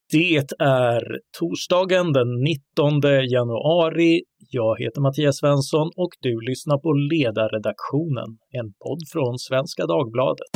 Det är torsdagen den 19 januari. Jag heter Mattias Svensson och du lyssnar på Ledarredaktionen, en podd från Svenska Dagbladet.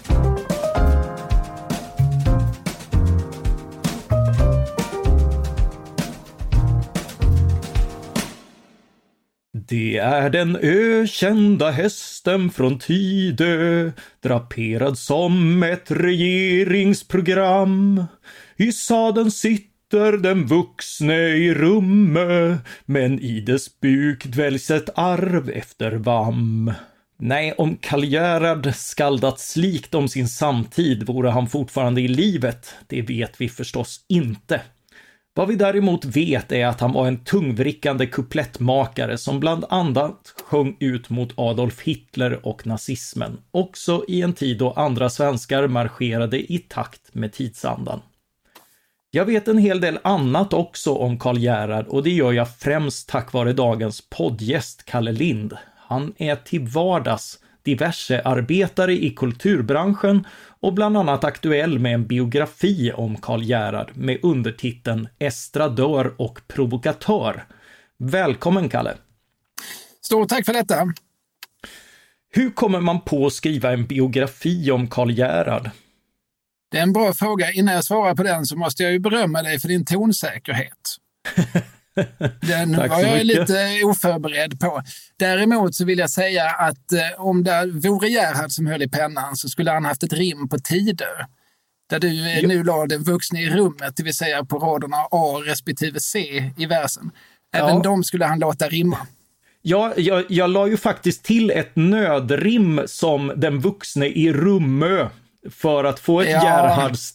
Det är den ökända hästen från Tidö, draperad som ett regeringsprogram. I sadeln sitter den vuxne i rumme, men i dess buk dväljs ett arv efter vam. Nej, om Karl Gerhard skaldat slikt om sin samtid vore han fortfarande i livet, det vet vi förstås inte. Vad vi däremot vet är att han var en tungvrickande kuplettmakare som bland annat sjöng ut mot Adolf Hitler och nazismen, också i en tid då andra svenskar marscherade i takt med tidsandan. Jag vet en hel del annat också om Karl Gerhard och det gör jag främst tack vare dagens poddgäst Kalle Lind. Han är till vardags diverse arbetare i kulturbranschen och bland annat aktuell med en biografi om Karl Gerhard med undertiteln Estradör och provokatör. Välkommen Kalle! Stort tack för detta! Hur kommer man på att skriva en biografi om Karl Gerhard? Det är en bra fråga. Innan jag svarar på den så måste jag ju berömma dig för din tonsäkerhet. Den var jag lite oförberedd på. Däremot så vill jag säga att om det vore Gerhard som höll i pennan så skulle han haft ett rim på Tidö. Där du nu la den vuxna i rummet, det vill säga på raderna A respektive C i versen. Även de skulle han låta rimma. Ja, jag la ju faktiskt till ett nödrim som den vuxne i Rummö för att få ett Gerhards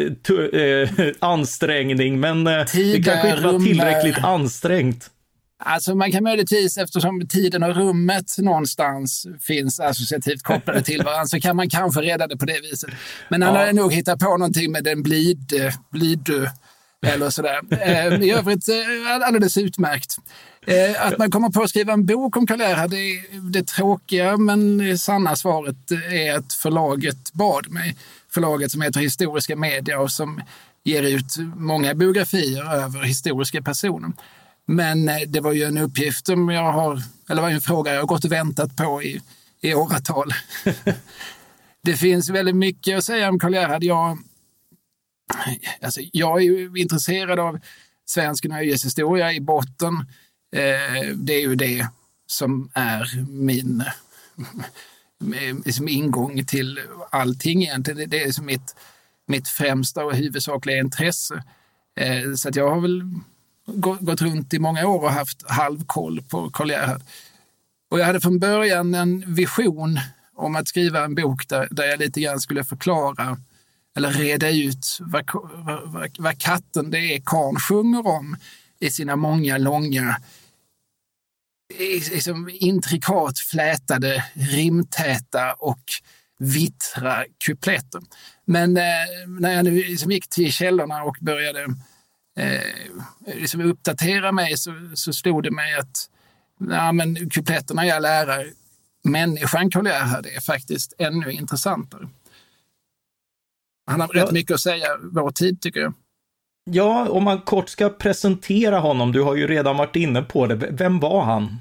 ansträngning, men det kanske inte var tillräckligt ansträngt. Alltså man kan möjligtvis, eftersom tiden och rummet någonstans finns associativt kopplade till varandra, så kan man kanske rädda det på det viset. Men han hade nog hittat på någonting med den blid eller sådär. I övrigt alldeles utmärkt. Att man kommer på att skriva en bok om Karl Gerhard, det tråkiga men sanna svaret är att förlaget bad mig. Förlaget som heter Historiska Media och som ger ut många biografier över historiska personer. Men det var ju en uppgift som var en fråga jag har gått och väntat på i åratal. Det finns väldigt mycket att säga om Karl Gerhard. Jag är ju intresserad av svensk nöjeshistoria i botten. Det är ju det som är min ingång till allting egentligen. Det är som mitt främsta och huvudsakliga intresse. Så att jag har väl gått runt i många år och haft halvkoll på Karl Gerhard. Och jag hade från början en vision om att skriva en bok där jag lite grann skulle förklara eller reda ut vad katten det är Karl sjunger om i sina många långa intrikat flätade, rimtäta och vittra kupletter. Men när jag nu gick till källorna och började uppdatera mig så stod det mig att kupletterna jag lärar människan Karl Gerhard är faktiskt ännu intressantare. Han har rätt mycket att säga vår tid, tycker jag. Ja, om man kort ska presentera honom, du har ju redan varit inne på det. Vem var han?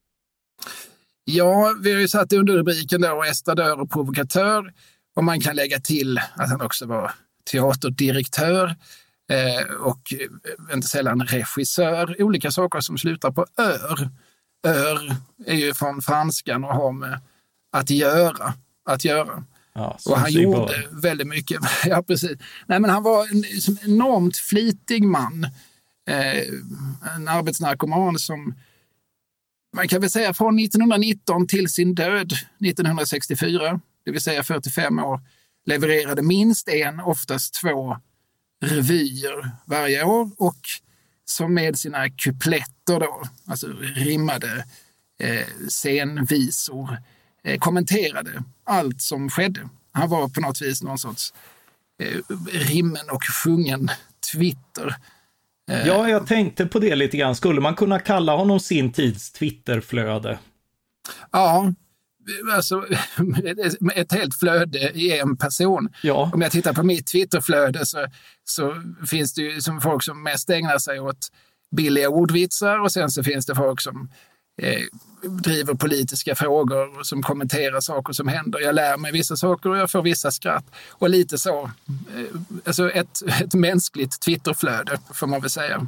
Ja, vi har ju satt under rubriken då Estradör och provokatör. Och man kan lägga till att han också var teaterdirektör och inte sällan regissör. Olika saker som slutar på ör. Ör är ju från franskan och har med att göra. Ja, och han gjorde väldigt mycket. Ja, precis. Nej, men han var en enormt flitig man. En arbetsnarkoman som man kan väl säga från 1919 till sin död 1964, det vill säga 45 år, levererade minst en, oftast 2 revyer varje år och som med sina kupletter då, alltså rimmade scenvisor, kommenterade allt som skedde. Han var på något vis någon sorts rimmen och sjungen Twitter. Ja, jag tänkte på det lite grann. Skulle man kunna kalla honom sin tids Twitterflöde? Ja, alltså, ett helt flöde i en person. Ja. Om jag tittar på mitt Twitterflöde så finns det ju som folk som mest ägnar sig åt billiga ordvitsar, och sen så finns det folk som driver politiska frågor och som kommenterar saker som händer. Jag lär mig vissa saker och jag får vissa skratt. Och lite så, alltså ett mänskligt Twitterflöde får man väl säga.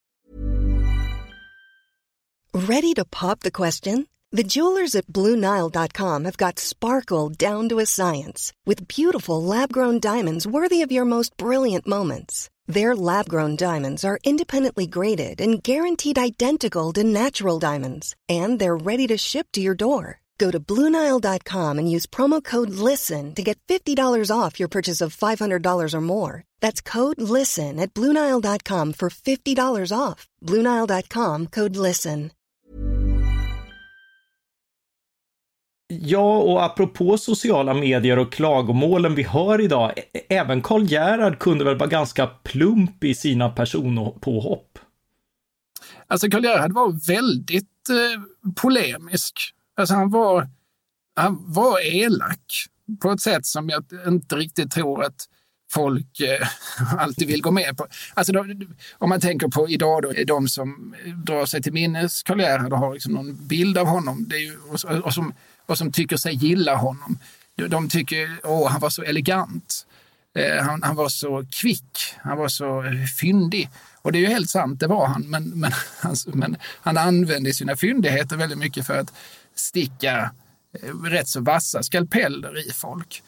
Ready to pop the question? The jewelers at BlueNile.com have got sparkle down to a science with beautiful lab-grown diamonds worthy of your most brilliant moments. Their lab-grown diamonds are independently graded and guaranteed identical to natural diamonds, and they're ready to ship to your door. Go to BlueNile.com and use promo code LISTEN to get $50 off your purchase of $500 or more. That's code LISTEN at BlueNile.com for $50 off. BlueNile.com, code LISTEN. Ja, och apropå sociala medier och klagomålen vi hör idag, även Karl Gerhard kunde väl vara ganska plump i sina personpåhopp. Alltså Karl Gerhard var väldigt polemisk. Alltså han var elak på ett sätt som jag inte riktigt tror att folk alltid vill gå med på. Alltså om man tänker på idag då, de som drar sig till minnes Karl Gerhard och har liksom någon bild av honom, det är ju, och som tycker sig gilla honom. De tycker, han var så elegant. Han var så kvick. Han var så fyndig. Och det är ju helt sant, det var han. Men han använde sina fyndigheter väldigt mycket för att sticka rätt så vassa skalpeller i folk.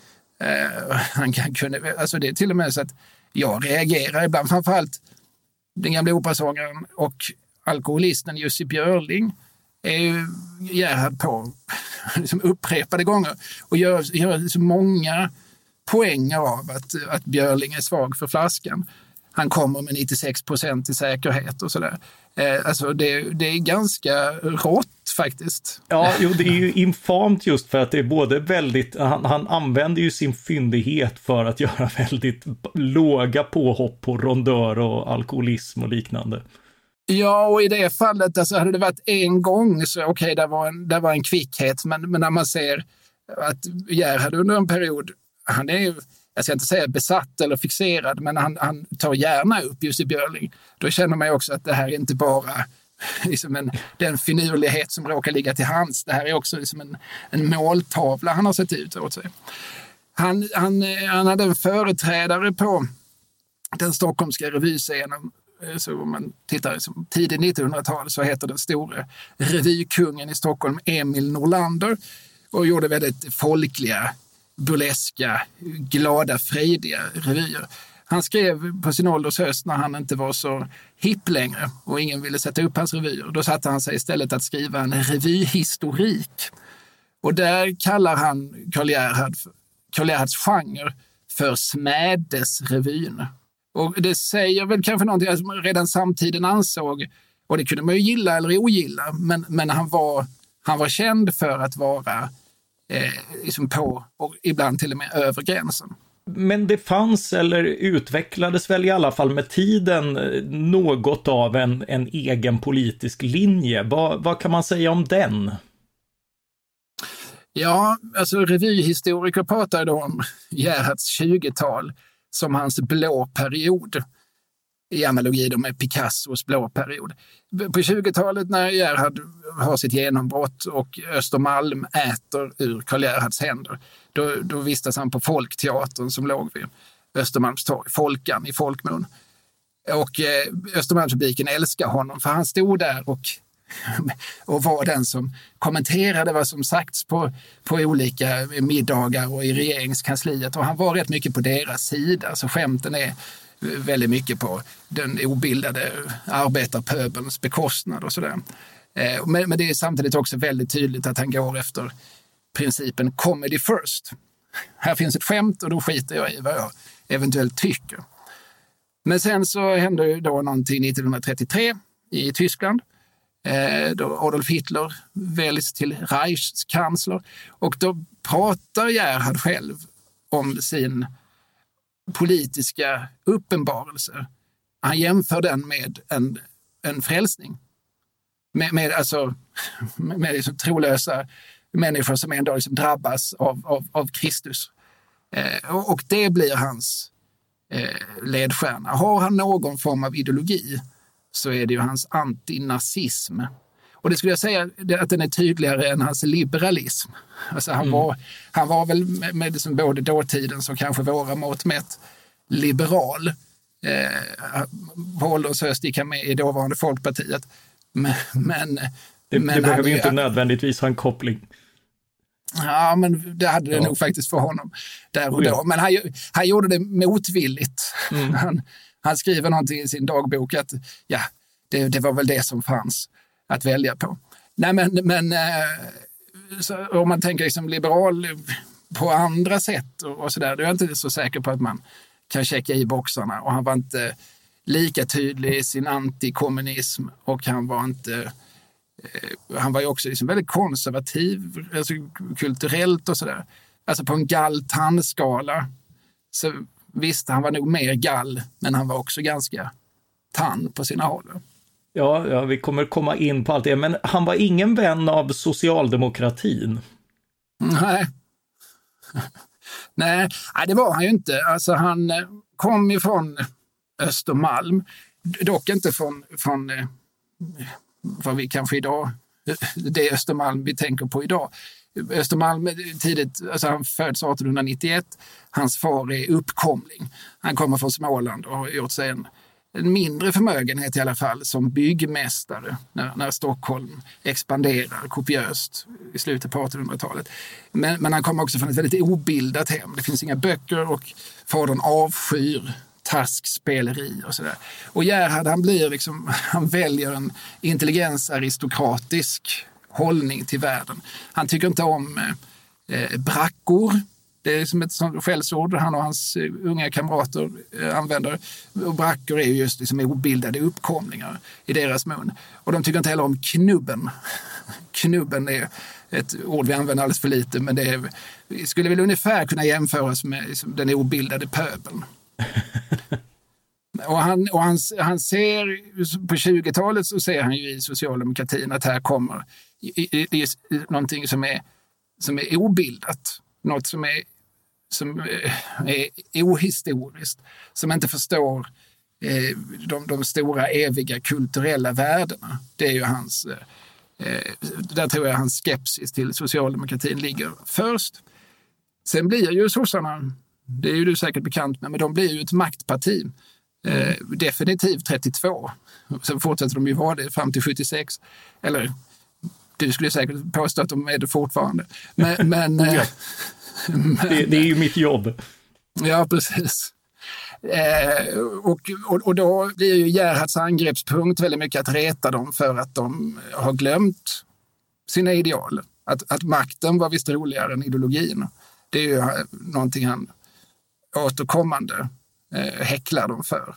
Alltså det är till och med så att jag reagerar ibland. Framförallt den gamla operasångaren och alkoholisten Jussi Björling är ju Gerhard på liksom upprepade gånger och gör så många poänger av att Björling är svag för flaskan. Han kommer med 96% i säkerhet och sådär. Alltså det är ganska rått faktiskt. Ja, jo, det är ju infamt just för att det är både väldigt, han använder ju sin fyndighet för att göra väldigt låga påhopp på rondör och alkoholism och liknande. Ja, och i det fallet alltså, hade det varit en gång så okej, det var en kvickhet, men när man ser att Gerhard under en period, han är ju, jag ska inte säga besatt eller fixerad, men han tar gärna upp Jussi Björling. Då känner man ju också att det här är inte bara liksom den finurlighet som råkar ligga till hands. Det här är också liksom en måltavla han har sett ut åt sig. Han hade en företrädare på den stockholmska revyscenen. Så om man tittar som tidigt 1900-tal så heter den store revykungen i Stockholm Emil Norlander och gjorde väldigt folkliga, burleska, glada, frejdiga revyer. Han skrev på sin ålders höst när han inte var så hipp längre och ingen ville sätta upp hans revyer. Då satte han sig istället att skriva en revyhistorik. Och där kallar han Karl Gerhards genre för smädesrevyn. Och det säger väl kanske någonting som redan samtiden ansåg, och det kunde man ju gilla eller ogilla, men han var känd för att vara liksom på och ibland till och med över gränsen. Men det fanns eller utvecklades väl i alla fall med tiden något av en egen politisk linje. Vad kan man säga om den? Ja, alltså revyhistoriker pratar då om Gerhards 20-tal som hans blå period, i analogi då med Picassos blå period. På 20-talet när Gerhard har sitt genombrott och Östermalm äter ur Karl Gerhards händer, då vistas han på Folkteatern som låg vid Östermalmstorg, Folkan i folkmun. Och Östermalmspubliken älskar honom för han stod där och var den som kommenterade vad som sagts på olika middagar och i regeringskansliet, och han var rätt mycket på deras sida, så skämten är väldigt mycket på den obildade arbetarpöbelns bekostnad och sådär. Men det är samtidigt också väldigt tydligt att han går efter principen comedy first. Här finns ett skämt och då skiter jag i vad jag eventuellt tycker. Men sen så händer ju då någonting 1933 i Tyskland. Då Adolf Hitler väljs till Reichskansler, och då pratar Gerhard själv om sin politiska uppenbarelse. Han jämför den med en frälsning. Med liksom trolösa människor som en dag liksom drabbas av Kristus. Och det blir hans ledstjärna. Har han någon form av ideologi så är det ju hans antinazism. Och det skulle jag säga att den är tydligare än hans liberalism. Alltså han var väl med liksom både dåtidens och kanske våra mått mätt liberal. På ålderns höst gick han med i dåvarande Folkpartiet. Men det behöver ju inte nödvändigtvis ha en koppling. Ja, men det hade det nog faktiskt för honom där och då. Men han gjorde det motvilligt. Han skriver någonting i sin dagbok att det var väl det som fanns att välja på. Nej, men så, om man tänker liksom liberal på andra sätt och sådär, då är jag inte så säker på att man kan checka i boxarna. Och han var inte lika tydlig i sin antikommunism och han var ju också liksom väldigt konservativ, alltså kulturellt och sådär. Alltså på en gall-tannskala. Så visst, han var nog mer gall, men han var också ganska tann på sina håll. Ja, vi kommer komma in på allt det, men han var ingen vän av socialdemokratin. Nej, det var han ju inte. Alltså han kom ifrån Östermalm, dock inte från vad vi kanske idag, det är Östermalm vi tänker på idag. Östermalm tidigt, alltså han föds 1891, hans far är uppkomling. Han kommer från Småland och har gjort sig en mindre förmögenhet i alla fall som byggmästare när Stockholm expanderar kopiöst i slutet på 1800-talet. Men han kommer också från ett väldigt obildat hem. Det finns inga böcker och fadern avskyr taskspeleri och sådär. Och Gerhard han väljer en intelligensaristokratisk hållning till världen. Han tycker inte om brackor. Det är som ett sånt skällsord han och hans unga kamrater använder. Och brackor är ju just liksom obildade uppkomlingar i deras mun. Och de tycker inte heller om knubben. Knubben är ett ord vi använder alldeles för lite, men det skulle väl ungefär kunna jämföras med liksom, den obildade pöbeln. Och han ser på 20-talet så ser han ju i socialdemokratin att här kommer någonting som är obildat, något som är ohistoriskt, som inte förstår de stora eviga kulturella värdena. Det är ju hans där tror jag hans skepsis till socialdemokratin ligger först. Sen blir ju sossarna, det är ju du säkert bekant med, men de blir ju ett maktparti. Definitivt 32. Sen fortsätter de ju vara det fram till 76. Eller du skulle säkert påstå att de är det fortfarande. Men ja. Det är ju mitt jobb. Ja, precis. Och då blir ju Gerhards angreppspunkt väldigt mycket att reta dem för att de har glömt sina ideal. Att makten var visst roligare än ideologin. Det är ju någonting han återkommande häcklar dem för.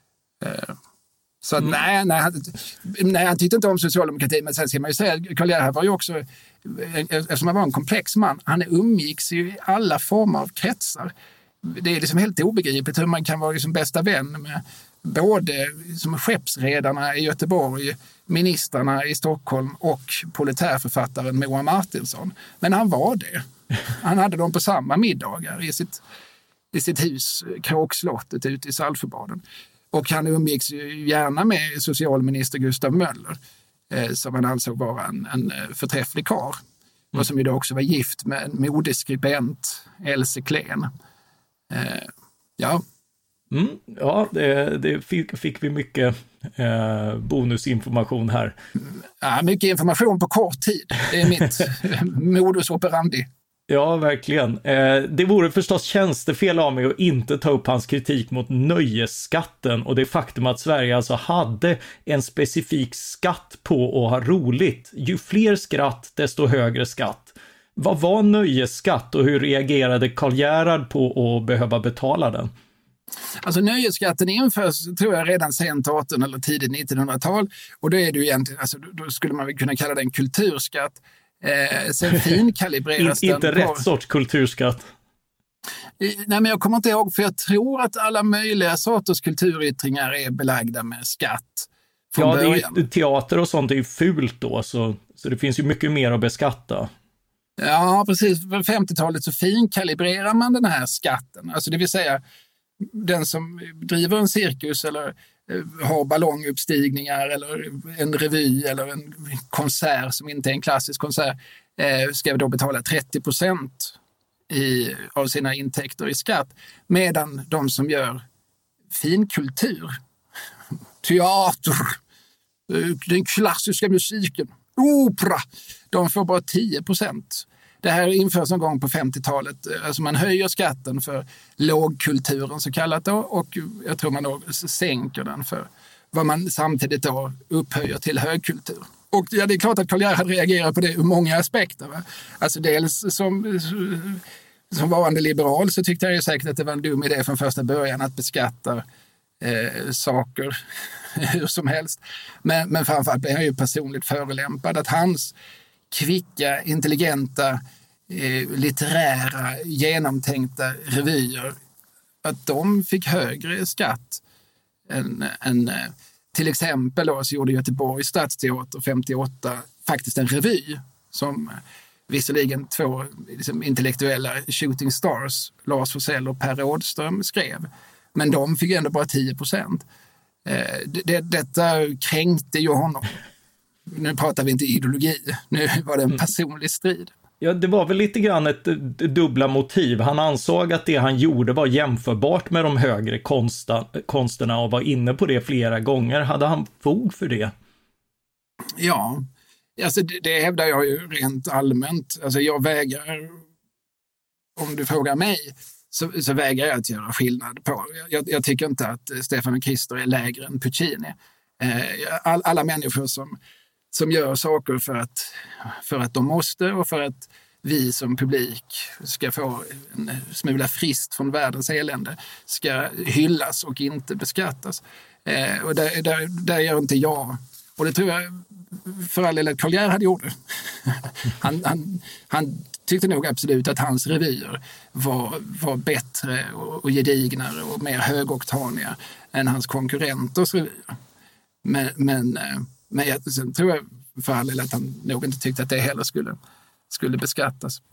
Så att nej, han tyckte inte om socialdemokratin, men sen ska man ju säga att Karl Gerhard var ju också, eftersom han var en komplex man, han umgicks ju i alla former av kretsar. Det är liksom helt obegripligt hur man kan vara liksom bästa vän med både som skeppsredarna i Göteborg, ministrarna i Stockholm och proletärförfattaren Moa Martinsson. Men han var det. Han hade dem på samma middagar i sitt hus, Kråkslottet ute i Saltsjöbaden. Och han umgicks ju gärna med socialminister Gustav Möller, som han ansåg vara en förträfflig karl. Och som ju då också var gift med en modeskribent, Else Klen. Ja. Ja, det fick vi mycket bonusinformation här. Ja, mycket information på kort tid. Det är mitt modus operandi. Ja, verkligen. Det vore förstås tjänstefel av mig att inte ta upp hans kritik mot nöjesskatten och det faktum att Sverige alltså hade en specifik skatt på att ha roligt. Ju fler skratt, desto högre skatt. Vad var nöjesskatt och hur reagerade Karl Gerhard på att behöva betala den? Alltså nöjesskatten införs tror jag redan sent 1800- eller tidigt 1900-tal och då är det ju egentligen, alltså, då skulle man väl kunna kalla det en kulturskatt. Sen finkalibreras den inte rätt sorts kulturskatt. Nej, men jag kommer inte ihåg, för jag tror att alla möjliga sorters kulturyttringar är belagda med skatt. Ja, teater och sånt är ju fult då, så det finns ju mycket mer att beskatta. Ja, precis. På 50-talet så finkalibrerar man den här skatten. Alltså det vill säga, den som driver en cirkus eller har ballonguppstigningar eller en revy eller en konsert som inte är en klassisk konsert ska då betala 30% av sina intäkter i skatt. Medan de som gör finkultur, teater, den klassiska musiken, opera, de får bara 10%. Det här införs någon gång på 50-talet. Alltså man höjer skatten för lågkulturen så kallat då, och jag tror man då sänker den för vad man samtidigt då upphöjer till högkultur. Och ja, det är klart att Karl Gerhard reagerar på det ur många aspekter. Va? Alltså dels som varande liberal så tyckte jag ju säkert att det var en dum idé från första början att beskatta saker hur som helst. Men framförallt blev han ju personligt förolämpad att hans kvicka, intelligenta, litterära, genomtänkta revyer, att de fick högre skatt än till exempel då, så gjorde Göteborgs stadsteater 58 faktiskt en revy som visserligen två liksom, intellektuella shooting stars, Lars Forssell och Per Rådström, skrev. Men de fick ändå bara 10%. Detta kränkte ju honom. Nu pratar vi inte ideologi, nu var det en personlig strid. Ja, det var väl lite grann ett dubbla motiv. Han ansåg att det han gjorde var jämförbart med de högre konsterna och var inne på det flera gånger. Hade han fog för det? Ja, alltså det hävdar jag ju rent allmänt. Alltså jag vägrar, om du frågar mig, så vägrar jag att göra skillnad på. Jag tycker inte att Stefan och Krister är lägre än Puccini. Alla människor som gör saker för att de måste och för att vi som publik ska få en smula frist från världens elände ska hyllas och inte beskattas. Och där gör inte jag. Och det tror jag för all del att Karl Gerhard gjorde. Han tyckte nog absolut att hans revyer var bättre och gedignare och mer högoktaniga än hans konkurrenters revyer. Men sen tror jag för all del att han nog inte tyckte att det heller skulle beskattas.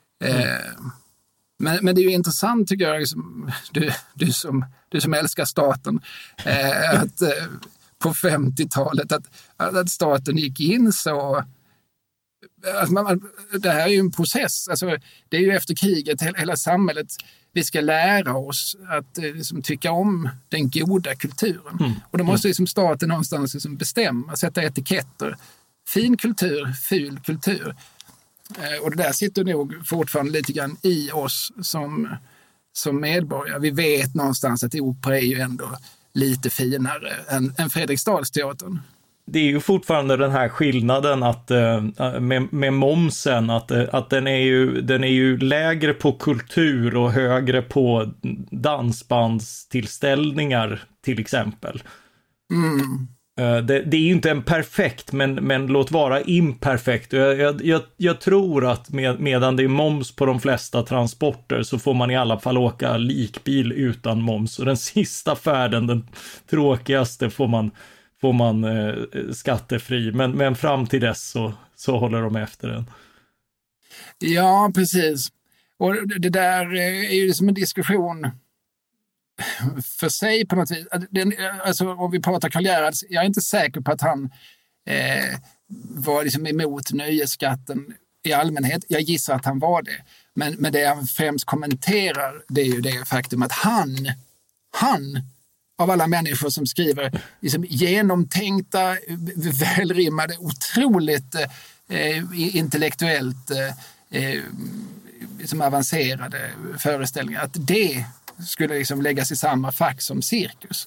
Men det är ju intressant tycker jag, liksom, du som älskar staten, att på 50-talet att staten gick in så. Alltså det här är ju en process. Alltså, det är ju efter kriget hela samhället. Vi ska lära oss att liksom, tycka om den goda kulturen. Och då måste liksom, staten någonstans liksom, bestämma, sätta etiketter. Fin kultur, ful kultur. Och det där sitter nog fortfarande lite grann i oss som medborgare. Vi vet någonstans att opera är ju ändå lite finare än Fredriksdalsteatern. Det är ju fortfarande den här skillnaden att med momsen att den är ju lägre på kultur och högre på dansbandstillställningar till exempel. Det är ju inte en perfekt men låt vara imperfekt. Jag tror att medan det är moms på de flesta transporter så får man i alla fall åka likbil utan moms, och den sista färden, den tråkigaste, får man skattefri, men fram till dess så håller de efter den. Ja, precis. Och det där är ju som en diskussion för sig på något vis. Alltså, om vi pratar Karl Gerhard, jag är inte säker på att han var liksom emot nöjesskatten i allmänhet. Jag gissar att han var det. Men det han främst kommenterar, det är ju det faktum att han av alla människor som skriver liksom genomtänkta, välrimmade, otroligt intellektuellt liksom avancerade föreställningar, att det skulle liksom läggas i samma fack som cirkus.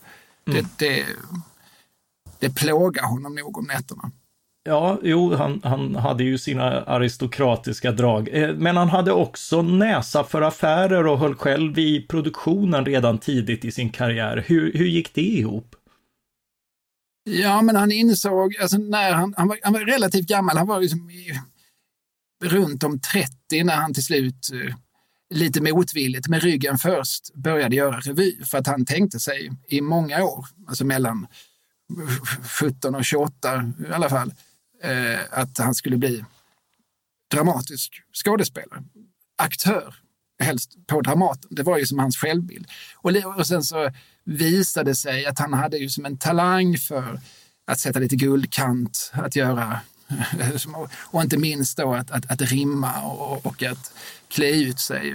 Det plågar honom nog om nätterna. Ja, jo, han hade ju sina aristokratiska drag. Men han hade också näsa för affärer och höll själv i produktionen redan tidigt i sin karriär. Hur gick det ihop? Ja, men han insåg, alltså när han var relativt gammal, han var liksom runt om 30 när han till slut lite motvilligt med ryggen först började göra revy, för att han tänkte sig i många år, alltså mellan 17 och 28 i alla fall, att han skulle bli dramatisk skådespelare. Aktör, helst på Dramaten. Det var ju som hans självbild. Och sen så visade det sig att han hade ju som en talang för att sätta lite guldkant, att göra, och inte minst då att rimma och att klä ut sig.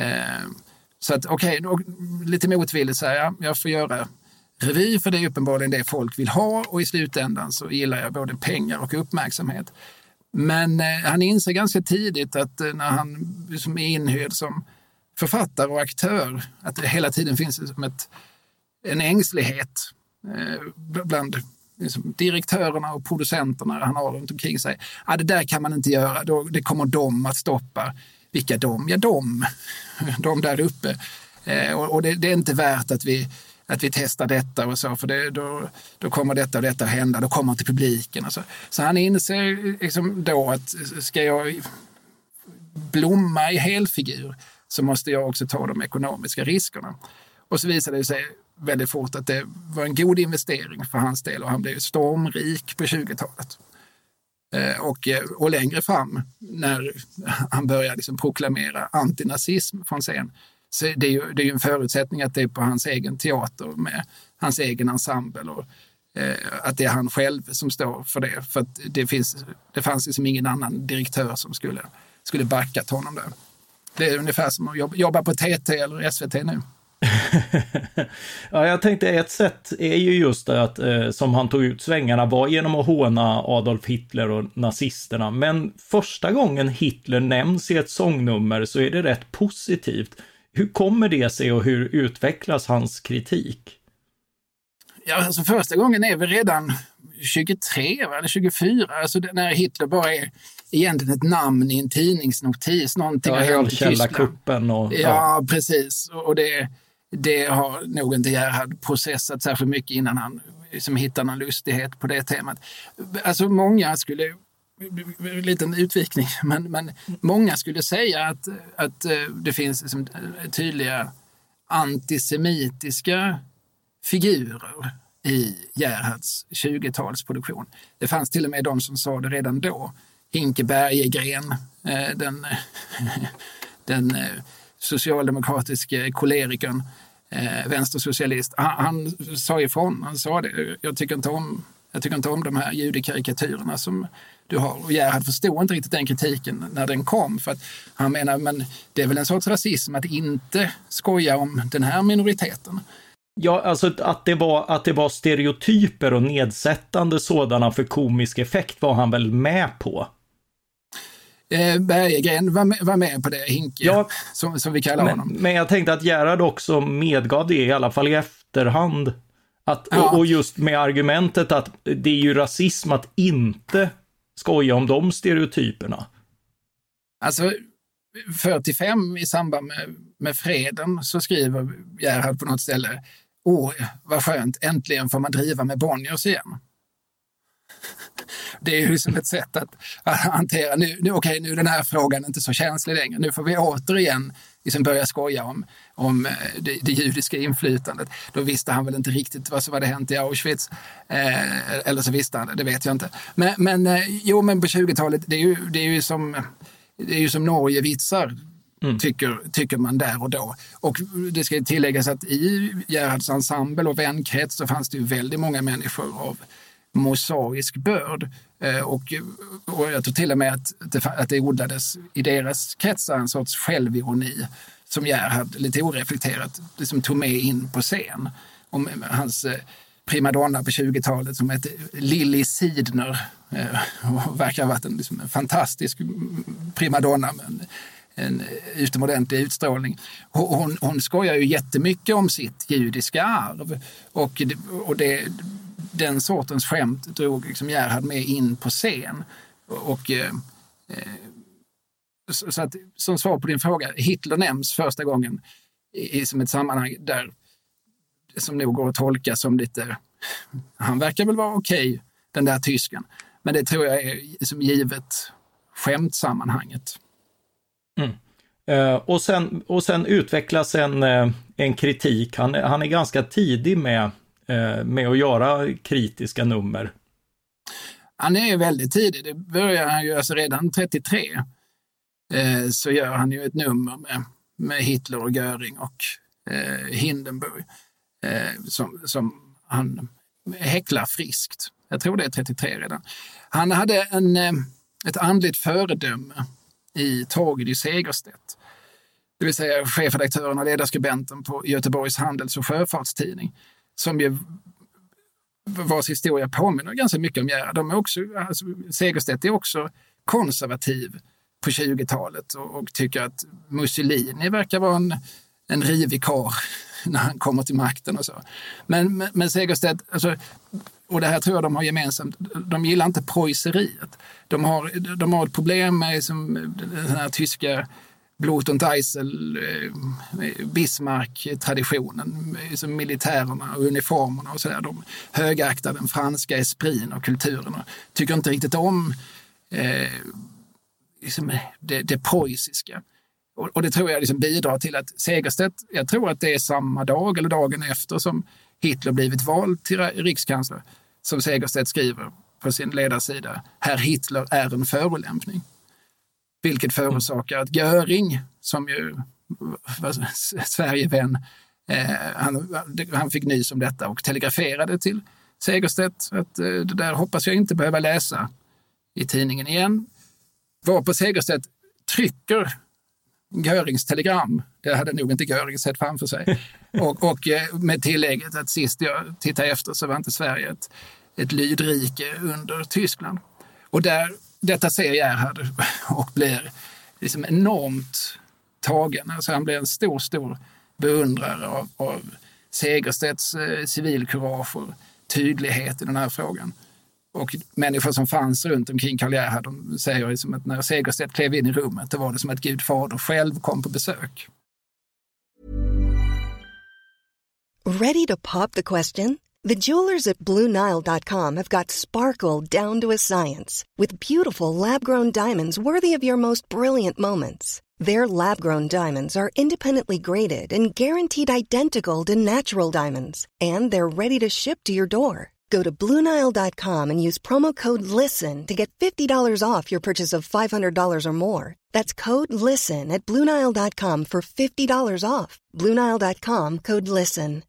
Så att okej, lite motvilligt säger jag får göra revy, för det är uppenbarligen det folk vill ha, och i slutändan så gillar jag både pengar och uppmärksamhet. Men han inser ganska tidigt att när han liksom är inhyrd som författare och aktör, att det hela tiden finns som en ängslighet bland liksom direktörerna och producenterna han har runt omkring sig. Det där kan man inte göra, det kommer de att stoppa. Vilka de? Ja, de där uppe. Och det är inte värt att vi testar detta och så, för då kommer detta och detta att hända, då kommer till publiken och så. Så han inser liksom då att ska jag blomma i helfigur så måste jag också ta de ekonomiska riskerna. Och så visade det sig väldigt fort att det var en god investering för hans del, och han blev stormrik på 20-talet. Och längre fram när han började liksom proklamera antinazism från scen, så det är ju en förutsättning att det är på hans egen teater med hans egen ensemble, och att det är han själv som står för det. För att det fanns liksom ingen annan direktör som skulle backa honom där. Det är ungefär som att jobba på TT eller SVT nu. Ja, jag tänkte ett sätt är ju just det att som han tog ut svängarna var genom att håna Adolf Hitler och nazisterna. Men första gången Hitler nämns i ett sångnummer så är det rätt positivt. Hur kommer det sig och hur utvecklas hans kritik? Ja, alltså första gången är vi redan 23 eller 24, alltså när Hitler bara är egentligen ett namn i en tidningsnotis, någonting har hänt i Tyskland. Ja, precis. Och det har nog inte Gerhard processat särskilt mycket innan han liksom hittar någon lustighet på det temat. Alltså många skulle, en liten utvikning, men många skulle säga att det finns liksom tydliga antisemitiska figurer i Gerhards 20-talsproduktion. Det fanns till och med de som sa det redan då. Hinke Bergegren, den socialdemokratiska kolerikern, vänstersocialist, han sa ifrån, han sa det. Jag tycker inte om de här judekarikatyrerna som du har. Och Gerhard förstod inte riktigt den kritiken när den kom, för att han menar, men det är väl en sorts rasism att inte skoja om den här minoriteten. Ja, alltså att det var stereotyper och nedsättande sådana för komisk effekt var han väl med på. Berggren var med på det, Hinke, ja, som vi kallar honom. Men jag tänkte att Gerhard också medgav det, i alla fall i efterhand. Och just med argumentet att det är ju rasism att inte skoja om de stereotyperna. Alltså 45 i samband med freden så skriver Gerhard på något ställe: vad skönt, äntligen får man driva med Bonniers igen. Det är ju som ett sätt att hantera, nu är den här frågan inte så känslig längre. Nu får vi återigen liksom börja skoja om det judiska inflytandet. Då visste han väl inte riktigt vad som hade hänt i Auschwitz. Eller så visste han det vet jag inte. Men på 20-talet, det är ju som Norge-vitsar. Tycker man där och då. Och det ska tilläggas att i Gerhards ensemble och vänkrets så fanns det ju väldigt många människor av mosaisk börd. Och jag tror till och med att det odlades i deras kretsar en sorts självironi som Gerhard lite oreflekterat liksom tog med in på scen. Om hans primadonna på 20-talet som hette Lili Sidner och verkar ha varit en fantastisk primadonna med en utomordentlig utstrålning. Hon skojar ju jättemycket om sitt judiska arv och den sortens skämt drog liksom Gerhard med in på scen. Så att, som svar på din fråga, Hitler nämns första gången i som ett sammanhang där som nog går att tolka som lite, han verkar väl vara okej, den där tysken. Men det tror jag är som givet skämtsammanhanget. Och sen utvecklas en kritik. Han är ganska tidig med att göra kritiska nummer. Han är väldigt tidig. Det börjar han ju alltså redan 33. så gör han ju ett nummer med Hitler och Göring och Hindenburg som han häcklar friskt. Jag tror det är 33 redan. Han hade ett andligt föredöme i Torgny Segerstedt, det vill säga chefredaktören och ledarskribenten på Göteborgs Handels- och Sjöfartstidning, som ju vars historia påminner ganska mycket om Gerhard. De är också, alltså, Segerstedt är också konservativ på 20-talet och tycker att Mussolini verkar vara en rivig karl när han kommer till makten och så. Men Segerstedt, alltså, och det här tror jag de har gemensamt, de gillar inte preusseriet. De har ett problem med den här tyska Blut und Eisel, Bismarck-traditionen, som militärerna och uniformerna och sådär. De högaktar den franska esprin och kulturen och tycker inte riktigt om det preussiska. Och det tror jag bidrar till att Segerstedt, jag tror att det är samma dag eller dagen efter som Hitler blivit vald till rikskansler, som Segerstedt skriver på sin ledarsida: Herr Hitler är en förolämpning. Vilket förorsakar att Göring, som ju var Sverigevän, han fick nys om detta och telegraferade till Segerstedt att det där hoppas jag inte behöva läsa i tidningen igen. Var på Segerstedt trycker Görings telegram, det hade nog inte Göring sett framför sig, och med tillägget att sist jag tittade efter så var inte Sverige ett lydrike under Tyskland. Och detta ser Gerhard och blir enormt tagen. Alltså han blir en stor beundrare av Segerstedts civilkurage och tydlighet i den här frågan. Och människor som fanns runt omkring Karl Gerhard, de säger att när Segerstedt klev in i rummet, det var det som att Gud fader själv kom på besök. Ready to pop the question? The jewelers at BlueNile.com have got sparkle down to a science with beautiful lab-grown diamonds worthy of your most brilliant moments. Their lab-grown diamonds are independently graded and guaranteed identical to natural diamonds, and they're ready to ship to your door. Go to BlueNile.com and use promo code LISTEN to get $50 off your purchase of $500 or more. That's code LISTEN at BlueNile.com for $50 off. BlueNile.com, code LISTEN.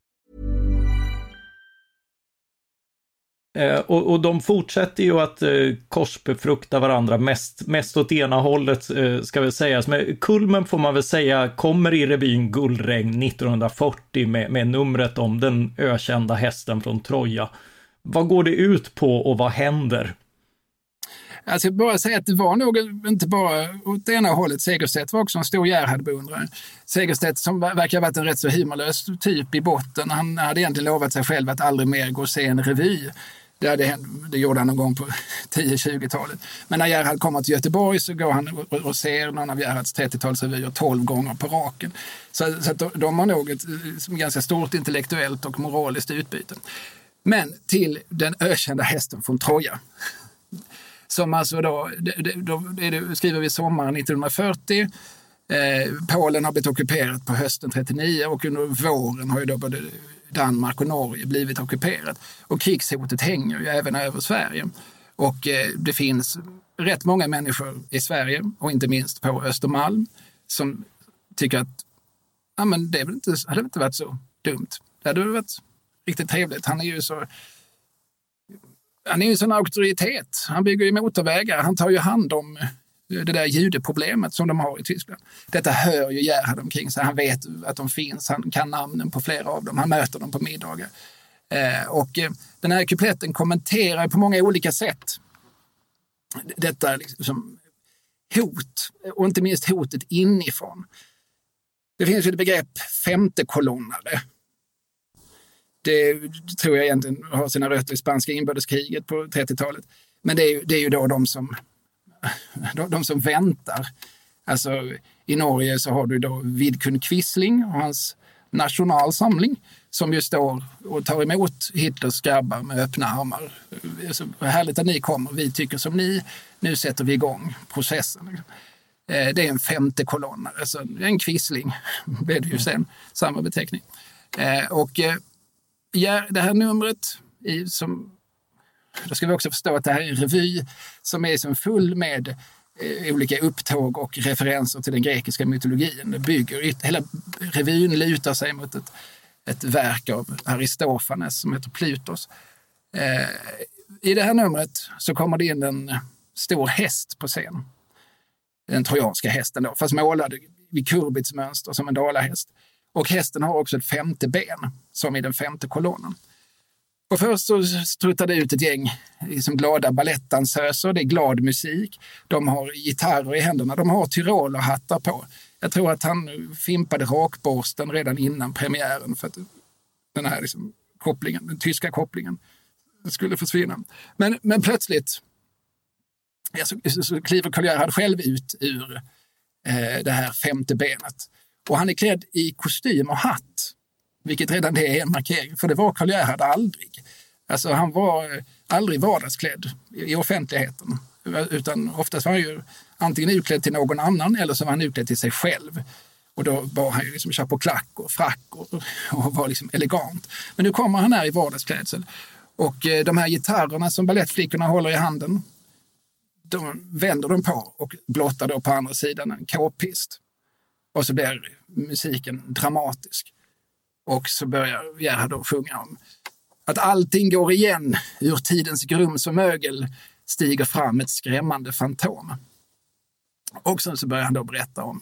Och de fortsätter ju att korsbefrukta varandra mest åt ena hållet, ska väl sägas. Men kulmen får man väl säga kommer i revyn Guldregn 1940 med numret om den ökända hästen från Troja. Vad går det ut på och vad händer? Alltså jag bara säga att det var nog inte bara åt det ena hållet. Segerstedt var också en stor Gerhard-beundrare. Segerstedt, som verkar ha varit en rätt så humorlös typ i botten, han hade egentligen lovat sig själv att aldrig mer gå och se en revy. Det gjorde han någon gång på 10-20-talet. Men när Gerhard kommer till Göteborg så går han och ser någon av Gerhards 30-talsrevyer 12 gånger på raken. Så att de har nog ett ganska stort intellektuellt och moraliskt utbyte. Men till den ökända hästen från Troja. Som alltså då skriver vi sommaren 1940. Polen har blivit ockuperat på hösten 39 och under våren har ju då både Danmark och Norge blivit ockuperat. Och krigshotet hänger ju även över Sverige. Och det finns rätt många människor i Sverige och inte minst på Östermalm som tycker att men det hade inte varit så dumt. Det hade varit riktigt trevligt. Han är ju en sån auktoritet. Han bygger ju motorvägar. Han tar ju hand om det där judeproblemet som de har i Tyskland. Detta hör ju Gerhard omkring sig. Han vet att de finns. Han kan namnen på flera av dem. Han möter dem på middagar. Och den här kupletten kommenterar på många olika sätt detta liksom hot. Och inte minst hotet inifrån. Det finns ju ett begrepp femtekolonnare. Det tror jag egentligen har sina rötter i spanska inbördeskriget på 30-talet. Men det är ju då de som väntar. Alltså i Norge så har du då Vidkun Quisling och hans nationalsamling som ju står och tar emot Hitlers grabbar med öppna armar. Så härligt att ni kommer, vi tycker som ni, nu sätter vi igång processen. Det är en femtekolonnare, alltså en Quisling blev det ju sen, samma beteckning. Det här numret, då ska vi också förstå att det här är en revy som är som full med olika upptåg och referenser till den grekiska mytologin. Det bygger, hela revyn lutar sig mot ett verk av Aristofanes som heter Plutos. I det här numret så kommer det in en stor häst på scen. Den trojanska hästen då, fast målad vid kurbitsmönster som en dalahäst. Och hästen har också ett 5:e ben, som i den 5:e kolonnen. Och först så struttar det ut ett gäng liksom glada balettdansöser, det är glad musik. De har gitarrer i händerna, de har tyrolerhattar på. Jag tror att han fimpade rakborsten redan innan premiären för att den här liksom kopplingen, den tyska kopplingen skulle försvinna. Men plötsligt så kliver Karl Gerhard själv ut ur det här 5:e benet. Och han är klädd i kostym och hatt, vilket redan det är en markering, för det var Karl Gerhard aldrig. Alltså han var aldrig vardagsklädd i offentligheten, utan oftast var han ju antingen utklädd till någon annan eller så var han utklädd till sig själv. Och då var han ju liksom chapeauklack och frack och var liksom elegant. Men nu kommer han här i vardagsklädsel. Och de här gitarrerna som balettflickorna håller i handen, de vänder de på och blottar då på andra sidan en k-pist. Och så blir musiken dramatisk. Och så börjar Gerhard då sjunga om att allting går igen, ur tidens grums och mögel stiger fram ett skrämmande fantom. Och sen så börjar han då berätta om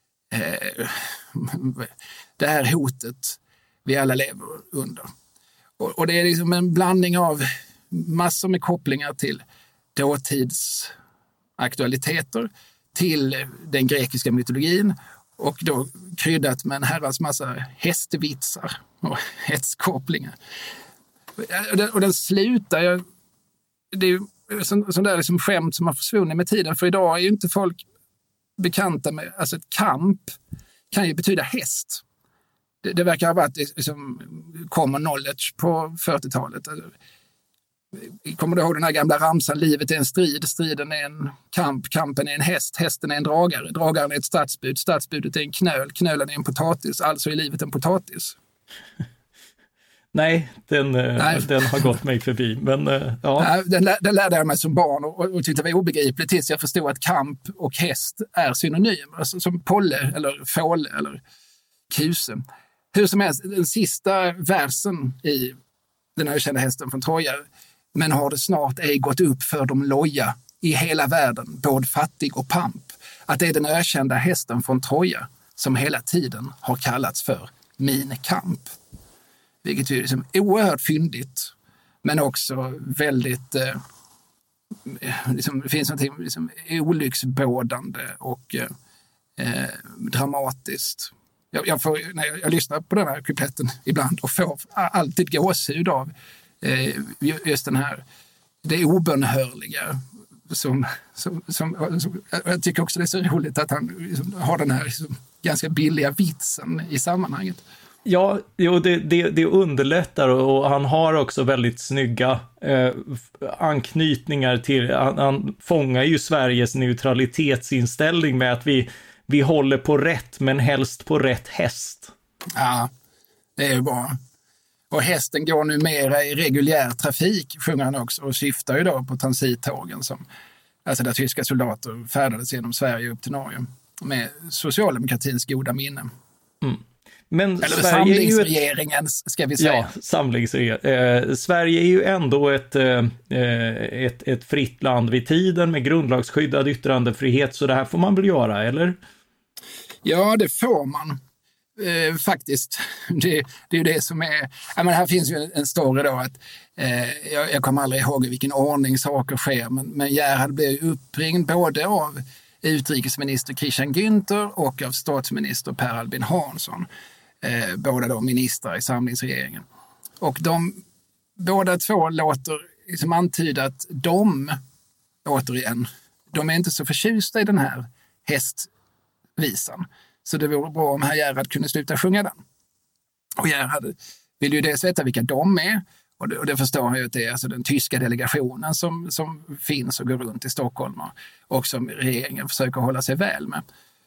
det här hotet vi alla lever under. Och det är liksom en blandning av massor med kopplingar till dåtids aktualiteter, till den grekiska mytologin och då kryddat med en herrans massa hästvitsar och hetskopplingar. Och den slutar, det är ju sån där liksom skämt som har försvunnit med tiden, för idag är ju inte folk bekanta med, alltså ett kamp kan ju betyda häst. Det verkar ha varit liksom common knowledge på 40-talet. Kommer du ihåg den här gamla ramsan, livet är en strid, striden är en kamp, kampen är en häst, hästen är en dragare, dragaren är ett stadsbud, stadsbudet är en knöl, knölen är en potatis, alltså är livet en potatis. Nej, den har gått mig förbi. Men, ja. Den lärde jag mig som barn och tyckte det var obegripligt tills jag förstod att kamp och häst är synonymer. Alltså, som polle eller fåle eller kuse. Hur som helst, den sista versen i den ökända hästen från Troja. Men har det snart ej gått upp för de loja i hela världen, både fattig och pamp, att det är den ökända hästen från Troja som hela tiden har kallats för min kamp. Vilket är liksom oerhört fyndigt, men också väldigt liksom, det finns något liksom olycksbådande och dramatiskt. Jag lyssnar på den här kupletten ibland och får alltid gåshud av just den här, det obönhörliga som jag tycker också det är så roligt att han liksom har den här liksom ganska billiga vitsen i sammanhanget. Ja, det underlättar och han har också väldigt snygga anknytningar till, han fångar ju Sveriges neutralitetsinställning med att vi håller på rätt, men helst på rätt häst. Ja, det är ju bra. Och hästen går nu mera i reguljär trafik, sjunger han också, och syftar ju då på transittågen som, alltså där tyska soldater färdades genom Sverige upp till Norge med socialdemokratins goda minne. Mm. Men eller Sverige samlingsregeringen, ska vi säga. Ja, samlingsregeringen. Sverige är ju ändå ett fritt land vid tiden med grundlagsskyddad yttrandefrihet, så det här får man väl göra, eller? Ja, det får man. Faktiskt. Det är ju det som är... Ja, men här finns ju en story då att jag kommer aldrig ihåg i vilken ordning saker sker, men Gerhard blev uppringd både av utrikesminister Christian Günther och av statsminister Per Albin Hansson. Båda då ministrar i samlingsregeringen. Och båda två låter liksom antyda att de är inte så förtjusta i den här hästvisan. Så det vore bra om herr Gerhard kunde sluta sjunga den. Och Gerhard vill ju dels veta vilka de är. Och det förstår han ju att det är alltså den tyska delegationen som finns och går runt i Stockholm och som regeringen försöker hålla sig väl med.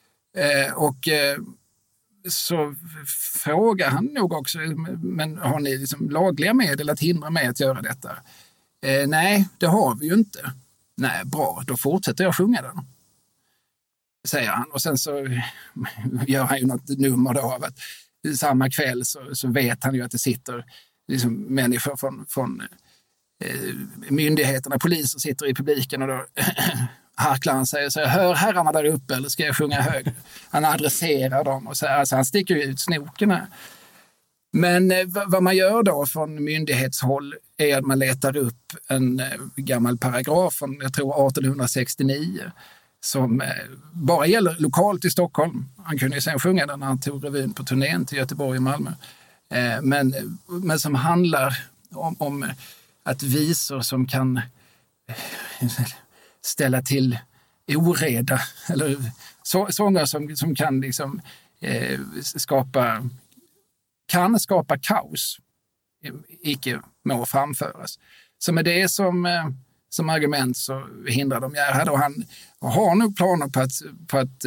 Så frågar han nog också, men har ni liksom lagliga medel att hindra mig att göra detta? Nej, det har vi ju inte. Nej, bra, då fortsätter jag sjunga den. säger han. Och sen så gör han ju något nummer då av att samma kväll så vet han ju att det sitter liksom människor från myndigheterna, poliser sitter i publiken, och då harklar han sig och säger: hör herrarna där uppe, eller ska jag sjunga högre? Han adresserar dem och så, alltså han sticker ut snoken här. Men vad man gör då från myndighetshåll är att man letar upp en gammal paragraf från, jag tror 1869, som bara gäller lokalt i Stockholm. Han kunde ju sen sjunga den när han tog revyn på turnén till Göteborg och Malmö. Men som handlar om att visor som kan ställa till oreda, eller sånger som kan liksom skapa kaos, icke må framföras. Så med det som argument så hindrar de Gerhard, och han har nog planer på att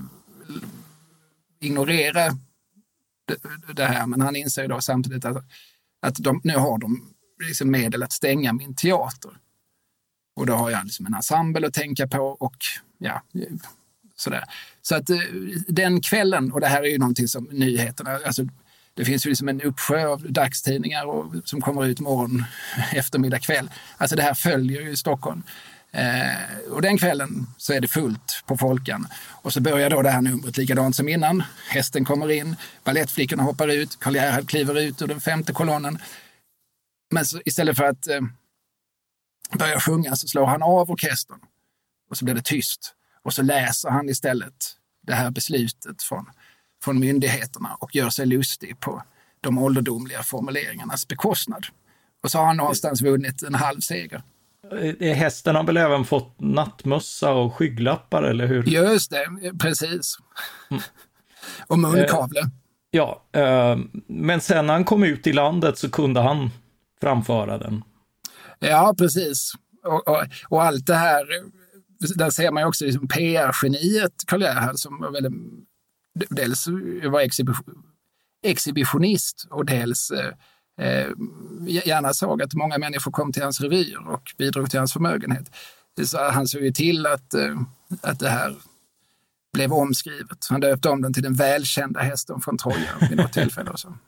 ignorera det här, men han inser då samtidigt att nu har de liksom medel att stänga min teater. Och då har jag liksom en ensemble att tänka på och ja, sådär. Så att den kvällen, och det här är ju någonting som nyheterna, alltså det finns ju liksom en uppsjö av dagstidningar som kommer ut morgon, eftermiddag, kväll. Alltså det här följer ju Stockholm. Och den kvällen så är det fullt på Folkan. Och så börjar då det här numret likadant som innan. Hästen kommer in, balettflickorna hoppar ut, Karl Gerhard kliver ut ur den 5:e kolonnen. Men så, istället för att börja sjunga så slår han av orkestern. Och så blir det tyst. Och så läser han istället det här beslutet från myndigheterna och gör sig lustig på de ålderdomliga formuleringarnas bekostnad. Och så har han någonstans vunnit en halv seger. Hästen har väl även fått nattmössa och skygglappar, eller hur? Just det, precis. Och munkavle. Ja, men sen när han kom ut i landet så kunde han framföra den. Ja, precis. Och allt det här, där ser man ju också liksom PR-geniet Karl Gerhard, som var väldigt, dels var exhibitionist och dels gärna såg att många människor kom till hans revyer och bidrog till hans förmögenhet. Så han såg ju till att det här blev omskrivet. Han döpte om den till den välkända hästen från Troja vid något tillfälle och så.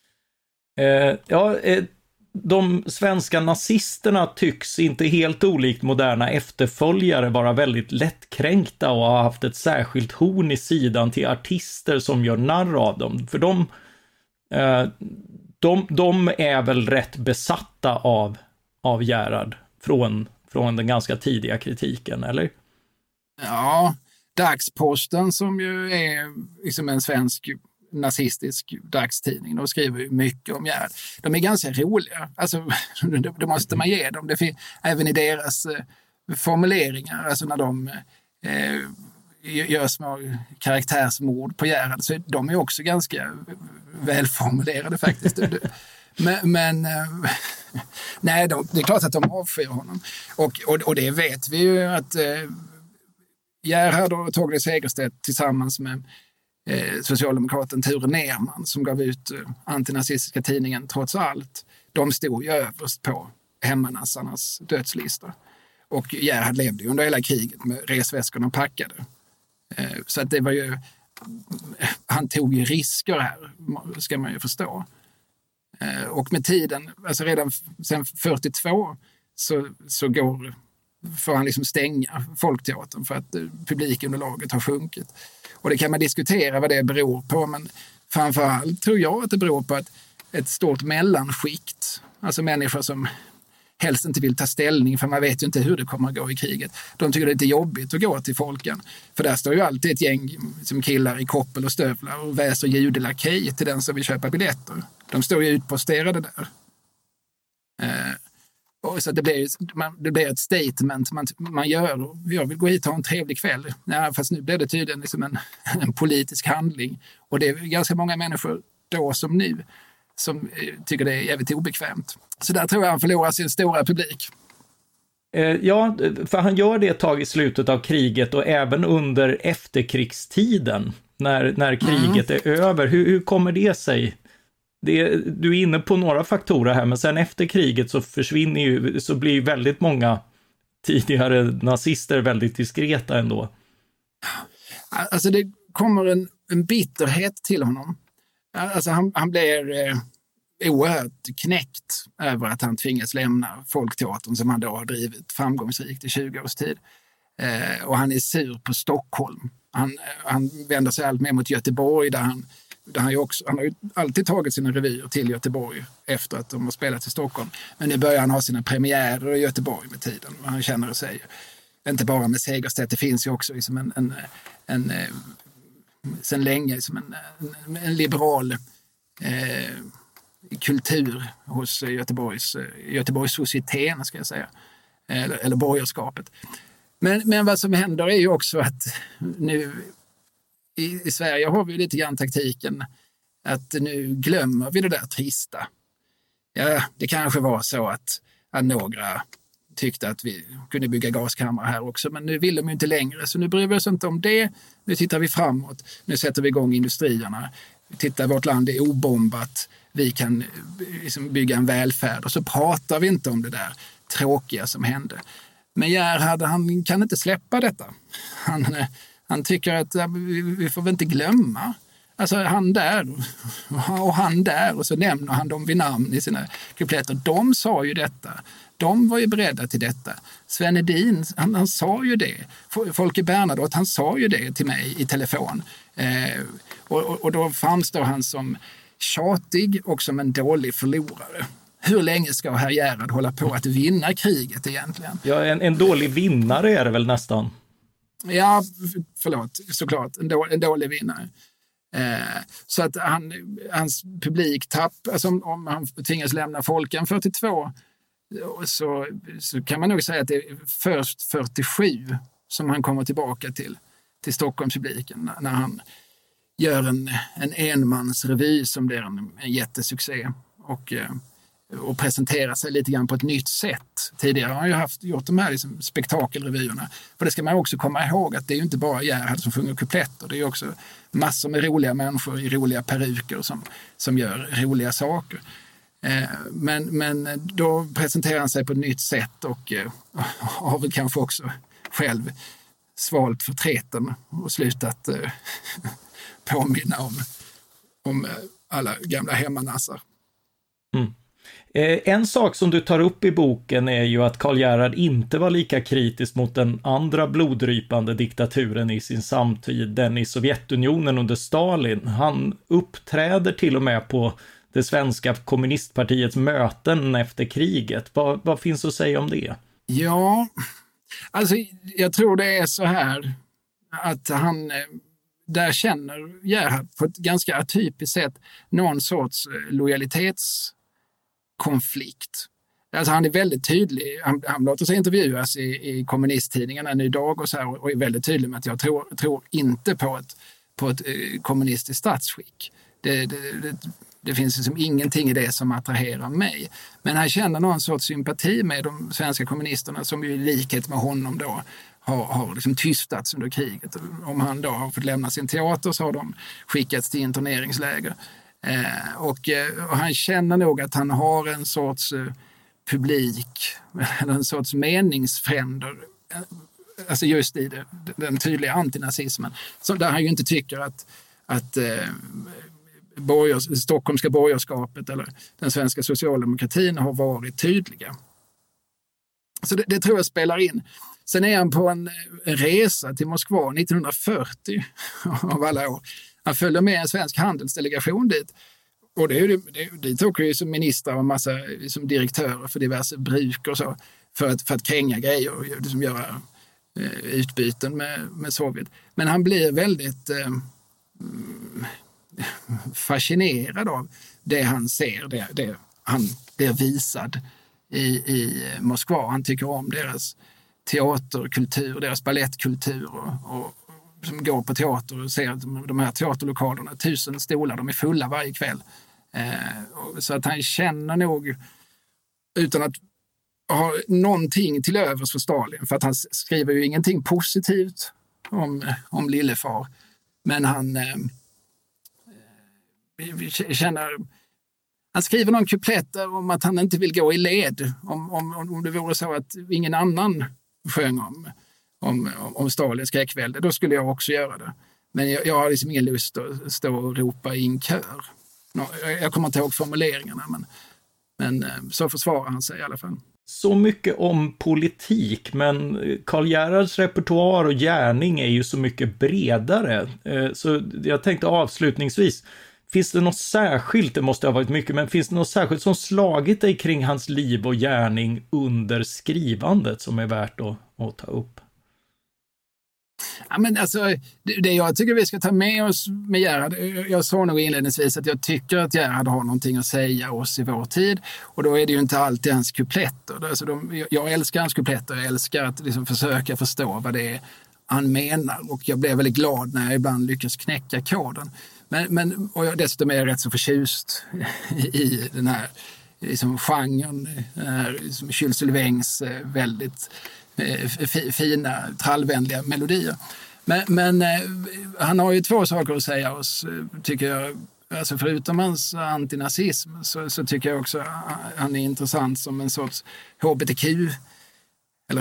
De svenska nazisterna tycks inte helt olikt moderna efterföljare vara väldigt lättkränkta och har haft ett särskilt horn i sidan till artister som gör narr av dem. För de är väl rätt besatta av Gerhard från den ganska tidiga kritiken, eller? Ja, Dagsposten, som ju är liksom en svensk nazistisk dagstidning, de skriver ju mycket om Gerhard. De är ganska roliga, alltså det måste man ge dem. Det finns även i deras formuleringar, alltså när de gör små karaktärsmord på Gerhard, så de är också ganska välformulerade faktiskt. Men nej, det är klart att de avskyr honom. Och det vet vi ju att Gerhard och Torgny Segerstedt tillsammans med socialdemokraten Ture Nerman, som gav ut antinazistiska tidningen Trots allt, de stod ju överst på hemmanassarnas dödslista. Och Gerhard levde ju under hela kriget med resväskorna packade. Så att det var ju, han tog ju risker här, ska man ju förstå. Och med tiden, alltså redan sedan 42 så får han liksom stänga Folkteatern för att publikunderlaget har sjunkit. Och det kan man diskutera vad det beror på, men framförallt tror jag att det beror på att ett stort mellanskikt, alltså människor som helst inte vill ta ställning, för man vet ju inte hur det kommer att gå i kriget. De tycker det är lite jobbigt att gå till Folkan, för där står ju alltid ett gäng som killar i koppel och stövlar och väser judelakej till den som vill köpa biljetter. De står ju utposterade där. Och så det blir ett statement man gör. Jag vill gå hit och ha en trevlig kväll. Ja, fast nu blir det tydligen liksom en politisk handling. Och det är ganska många människor då som nu som tycker det är jävligt obekvämt. Så där tror jag han förlorar sin stora publik. Ja, för han gör det ett tag i slutet av kriget och även under efterkrigstiden när kriget är över. Hur kommer det sig? Du är inne på några faktorer här, men sen efter kriget så försvinner ju, så blir väldigt många tidigare nazister väldigt diskreta ändå. Alltså det kommer en bitterhet till honom. Alltså han blir oerhört knäckt över att han tvingas lämna Folkteatern som han då har drivit framgångsrikt i 20 års tid. Och han är sur på Stockholm. Han vänder sig allt mer mot Göteborg där han har ju alltid tagit sina revyer till Göteborg efter att de har spelat i Stockholm. Men nu börjar han ha sina premiärer i Göteborg med tiden. Och han känner sig, inte bara med Segerstedt, det finns ju också liksom sen länge som en liberal kultur hos Göteborgs societeten, ska jag säga. Eller borgerskapet. Men vad som händer är ju också att nu i Sverige har vi lite grann taktiken att nu glömmer vi det där trista. Ja, det kanske var så att några tyckte att vi kunde bygga gaskammare här också, men nu vill de ju inte längre, så nu bryr vi oss inte om det. Nu tittar vi framåt, nu sätter vi igång industrierna. Titta, vårt land är obombat, vi kan liksom bygga en välfärd, och så pratar vi inte om det där tråkiga som hände. Men Gerhard, han kan inte släppa detta. Han tycker att vi får väl inte glömma. Alltså han där och han där, och så nämner han dem vid namn i sina kupletter. De sa ju detta. De var ju beredda till detta. Sven Hedin, han sa ju det. Folke Bernadotte, han sa ju det till mig i telefon. Och då framstår han som tjatig och som en dålig förlorare. Hur länge ska herr Gerhard hålla på att vinna kriget egentligen? Ja, en dålig vinnare är det väl nästan. Ja, förlåt, såklart. En dålig vinnare. Så att hans publiktapp, alltså om han tvingas lämna Folken 42, så kan man nog säga att det är först 47 som han kommer tillbaka till Stockholmspubliken, när han gör en enmansrevy som blir en jättesuccé och presenterar sig lite grann på ett nytt sätt. Tidigare har han ju gjort de här liksom spektakelrevyerna. För det ska man också komma ihåg, att det är ju inte bara Gerhard som sjunger kupletter. Det är ju också massor med roliga människor i roliga peruker som gör roliga saker. Men då presenterar han sig på ett nytt sätt och har väl kanske också själv svalt förtreten och slutat påminna om alla gamla hemmanassar. Mm. En sak som du tar upp i boken är ju att Karl Gerhard inte var lika kritisk mot den andra bloddrypande diktaturen i sin samtid, den i Sovjetunionen under Stalin. Han uppträder till och med på det svenska kommunistpartiets möten efter kriget. Vad finns att säga om det? Ja, alltså jag tror det är så här att han där känner Gerhard på ett ganska atypiskt sätt någon sorts lojalitetskonflikt. Alltså han är väldigt tydlig. Han låter sig intervjuas i kommunisttidningarna nu idag och så här, och är väldigt tydlig med att jag tror inte på ett kommunistiskt statsskick. Det finns liksom ingenting i det som attraherar mig. Men han känner någon sorts sympati med de svenska kommunisterna som ju i likhet med honom då har liksom tystats under kriget. Om han då har fått lämna sin teater så har de skickats till interneringsläger. Och han känner nog att han har en sorts publik, eller en sorts meningsfränder, alltså just i den tydliga antinazismen. Så där han ju inte tycker att stockholmska borgerskapet eller den svenska socialdemokratin har varit tydliga. Så det tror jag spelar in. Sen är han på en resa till Moskva 1940 av alla år. Han följer med en svensk handelsdelegation dit. Och dit åker ju som ministrar och massa som direktörer för diverse bruk och så. För att kränga grejer och liksom göra utbyten med Sovjet. Men han blir väldigt fascinerad av det han ser, det han blir visad i Moskva. Han tycker om deras teaterkultur, deras ballettkultur och som går på teater och ser de här teaterlokalerna, 1000 stolar, de är fulla varje kväll. Så att han känner nog, utan att ha någonting till övers för Stalin, för att han skriver ju ingenting positivt om Lillefar, men han skriver någon kuplett om att han inte vill gå i led om det vore så att ingen annan sjöng om Stalins skräckvälde, då skulle jag också göra det. Men jag har liksom ingen lust att stå och ropa i en kör. Jag kommer inte ihåg formuleringarna, men så försvarar han sig i alla fall. Så mycket om politik, men Karl Gerhards repertoar och gärning är ju så mycket bredare. Så jag tänkte avslutningsvis, finns det något särskilt, det måste ha varit mycket, men finns det något särskilt som slagit dig kring hans liv och gärning under skrivandet som är värt att ta upp? Ja, men alltså, det jag tycker vi ska ta med oss med Gerhard, jag sa nog inledningsvis att jag tycker att Gerhard har någonting att säga oss i vår tid, och då är det ju inte alltid hans kupletter. Alltså jag älskar hans kupletter, jag älskar att liksom försöka förstå vad det är han menar, och jag blev väldigt glad när jag ibland lyckas knäcka koden. Och jag dessutom är rätt så förtjust i den här liksom genren, den här liksom Jules Sylvains väldigt fina, trallvänliga melodier. Men han har ju två saker att säga oss, tycker jag. Alltså förutom hans antinazism så tycker jag också han är intressant som en sorts HBTQ eller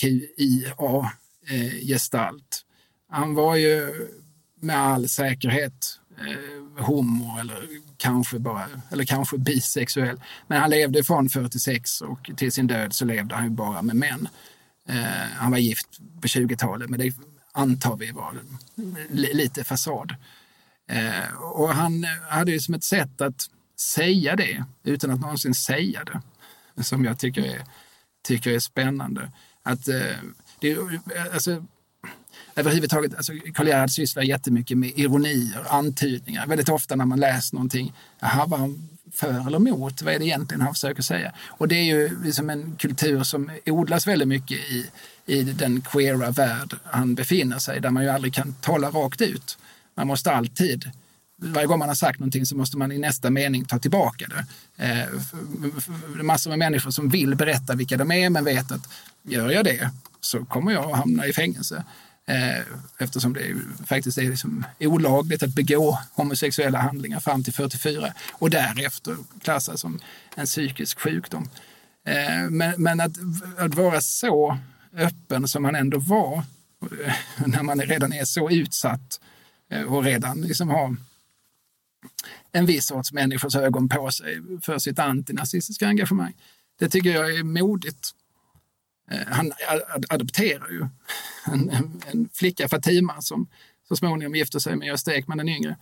HBTQIA-gestalt. Han var ju med all säkerhet homo eller kanske bisexuell. Men han levde från 46 och till sin död så levde han ju bara med män. Han var gift på 20-talet, men det antar vi var lite fasad. Och han hade ju som ett sätt att säga det utan att någonsin säga det, som jag tycker är spännande. Att alltså överhuvudtaget, alltså Karl Gerhard sysslar jättemycket med ironier, antydningar. Väldigt ofta när man läser någonting, var han för eller emot? Vad är det egentligen han försöker säga? Och det är ju liksom en kultur som odlas väldigt mycket i den queera värld han befinner sig, där man ju aldrig kan tala rakt ut. Man måste alltid, varje gång man har sagt någonting så måste man i nästa mening ta tillbaka det. Det är massor med människor som vill berätta vilka de är, men vet att gör jag det så kommer jag att hamna i fängelse. Eftersom det faktiskt är liksom olagligt att begå homosexuella handlingar fram till 44 och därefter klassas som en psykisk sjukdom. Men att vara så öppen som man ändå var när man redan är så utsatt och redan liksom har en viss sorts människors ögon på sig för sitt antinazistiska engagemang, det tycker jag är modigt. Han adopterar ju en flicka, Fatima, som så småningom gifter sig med Gösta Ekman den yngre.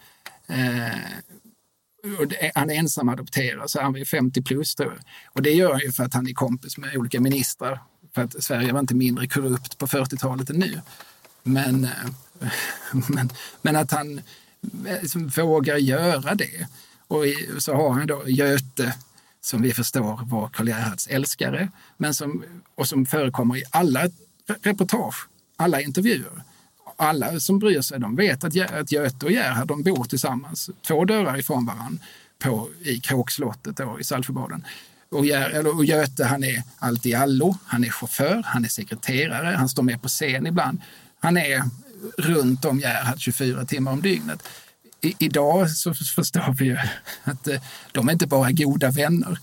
Och han är ensam adopterad, så han är 50 plus tror jag. Och det gör han ju för att han är kompis med olika ministrar, för att Sverige var inte mindre korrupt på 40-talet än nu. Men att han liksom vågar göra det. Och så har han då Göte, som vi förstår var Karl Gerhards älskare, men som förekommer i alla reportage, alla intervjuer. Alla som bryr sig, de vet att Göte och Gerhard, de bor tillsammans 2 dörrar ifrån varann i Kråkslottet i Saltsjöbaden. Och Göte, han är allt i allo, han är chaufför, han är sekreterare, han står med på scen ibland. Han är runt om Gerhard 24 timmar om dygnet. Idag så förstår vi ju att de är inte bara goda vänner.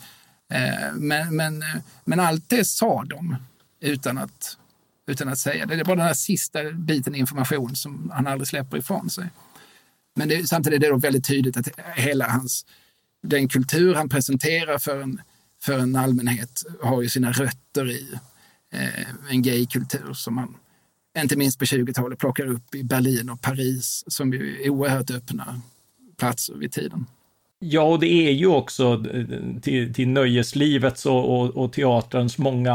Men allt det sa de utan att säga det. Det är bara den här sista biten information som han aldrig släpper ifrån sig. Men samtidigt är det då väldigt tydligt att hela den kultur han presenterar för en allmänhet har ju sina rötter i en gaykultur som man inte minst på 20-talet plockar upp i Berlin och Paris, som ju är oerhört öppna platser vid tiden. Ja, och det är ju också till nöjeslivets och teaterns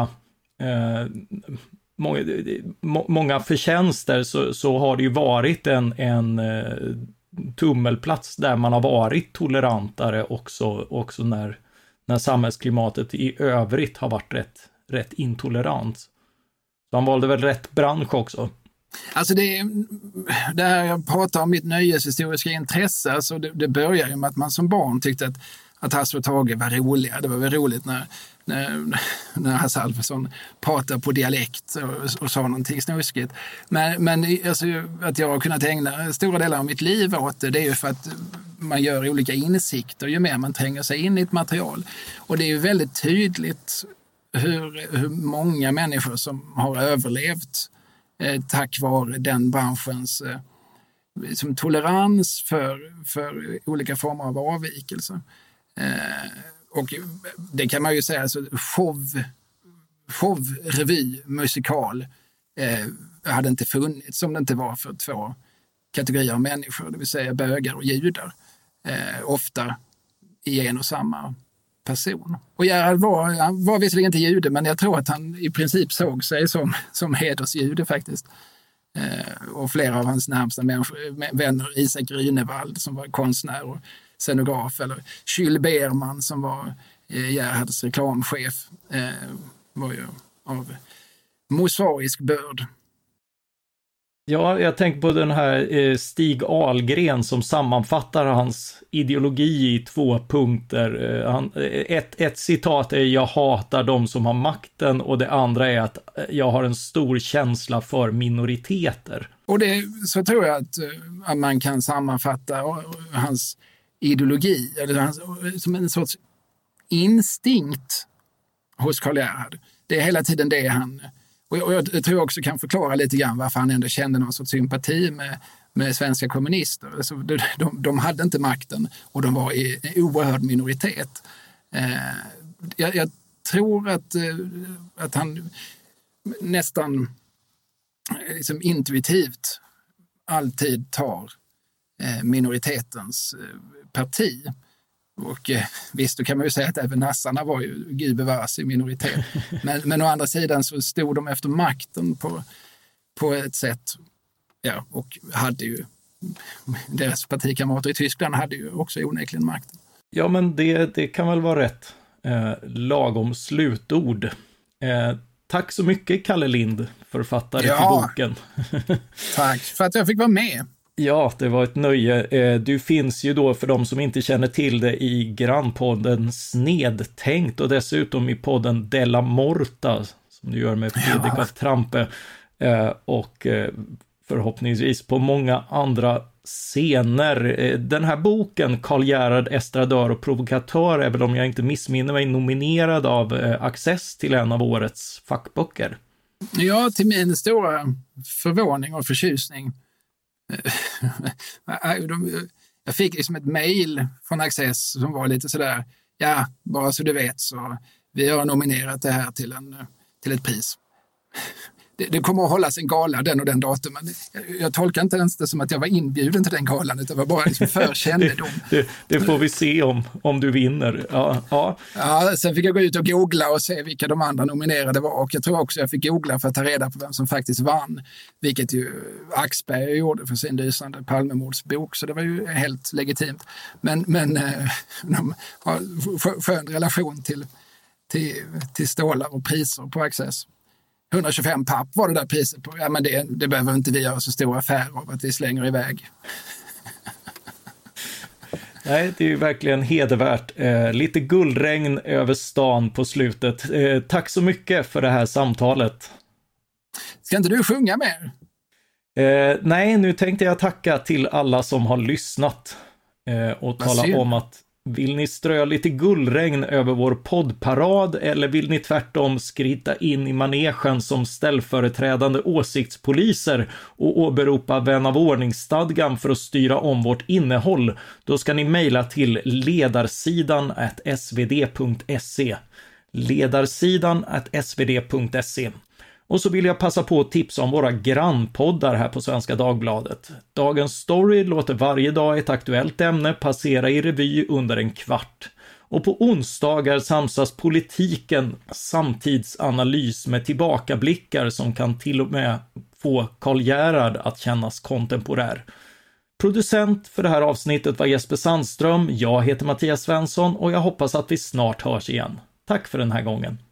många förtjänster så har det ju varit en tummelplats där man har varit tolerantare också när samhällsklimatet i övrigt har varit rätt intolerant. Så han valde väl rätt bransch också. Alltså det här jag pratar om mitt nöjeshistoriska intresse, alltså det börjar ju med att man som barn tyckte att Hasse och Tage var roliga. Det var väl roligt när Hasse Alfredson pratade på dialekt och sa någonting snuskigt. Men alltså, att jag har kunnat ägna stora delar av mitt liv åt det är ju för att man gör olika insikter ju mer man tränger sig in i ett material. Och det är ju väldigt tydligt hur många människor som har överlevt tack vare den branschens som tolerans för olika former av avvikelser. Och det kan man ju säga, alltså show, revy, musikal hade inte funnits om det inte var för två kategorier av människor, det vill säga bögar och judar, ofta i en och samma person. Och Gerhard var visserligen inte jude, men jag tror att han i princip såg sig som hedersjude faktiskt. Och flera av hans närmsta vänner, Isak Grünewald som var konstnär och scenograf, eller Jules Berman som var Gerhards reklamchef, var ju av mosaisk börd. Ja, jag tänker på den här Stig Ahlgren som sammanfattar hans ideologi i 2 punkter. Ett citat är "jag hatar de som har makten" och det andra är att "jag har en stor känsla för minoriteter". Och så tror jag att man kan sammanfatta hans ideologi eller som en sorts instinkt hos Karl Gerhard. Det är hela tiden det han... Och jag tror också kan förklara lite grann varför han ändå kände någon sorts sympati med svenska kommunister. Alltså, de hade inte makten och de var i en oerhörd minoritet. Jag tror att han nästan liksom intuitivt alltid tar minoritetens parti. Och visst, då kan man ju säga att även nassarna var ju gudbevars i minoritet. Men å andra sidan så stod de efter makten på ett sätt, ja, och hade ju, deras partikamrater i Tyskland hade ju också onekligen makten. Ja, men det kan väl vara rätt lagom slutord. Tack så mycket, Kalle Lind, författare till boken. Tack för att jag fick vara med. Ja, det var ett nöje. Du finns ju då, för de som inte känner till det, i grannpodden Snedtänkt och dessutom i podden Della Morta som du gör med Fredrik af Trampe och förhoppningsvis på många andra scener. Den här boken, Karl Gerhard, estradör och provokatör, är väl, om jag inte missminner mig, nominerad av Access till en av årets fackböcker. Ja, till min stora förvåning och förtjusning. Jag fick liksom ett mejl från Access som var lite sådär, ja, bara så du vet så vi har nominerat det här till ett pris. Det kommer att hållas en gala den och den datumen. Jag tolkar inte ens det som att jag var inbjuden till den galan, utan det var bara liksom för kännedom. Det får vi se om du vinner. Ja, sen fick jag gå ut och googla och se vilka de andra nominerade var. Och jag tror också jag fick googla för att ta reda på vem som faktiskt vann. Vilket ju Axberger gjorde för sin lysande Palmemordsbok. Så det var ju helt legitimt. Men de har skön relation till stålar och priser på Access. 125 papp var det där priset på. Ja, men det behöver inte vi göra så stor affär av att vi slänger iväg. Nej, det är ju verkligen hedervärt. Lite guldregn över stan på slutet. Tack så mycket för det här samtalet. Ska inte du sjunga mer? Nej, nu tänkte jag tacka till alla som har lyssnat och tala om att vill ni strö lite guldregn över vår poddparad eller vill ni tvärtom skritta in i manegen som ställföreträdande åsiktspoliser och åberopa vän av ordningsstadgan för att styra om vårt innehåll, då ska ni mejla till ledarsidan@svd.se. ledarsidan@svd.se. Och så vill jag passa på att tipsa om våra grannpoddar här på Svenska Dagbladet. Dagens story låter varje dag ett aktuellt ämne passera i revy under en kvart. Och på onsdagar samsas politiken, samtidsanalys med tillbakablickar som kan till och med få Karl Gerhard att kännas kontemporär. Producent för det här avsnittet var Jesper Sandström, jag heter Mattias Svensson och jag hoppas att vi snart hörs igen. Tack för den här gången.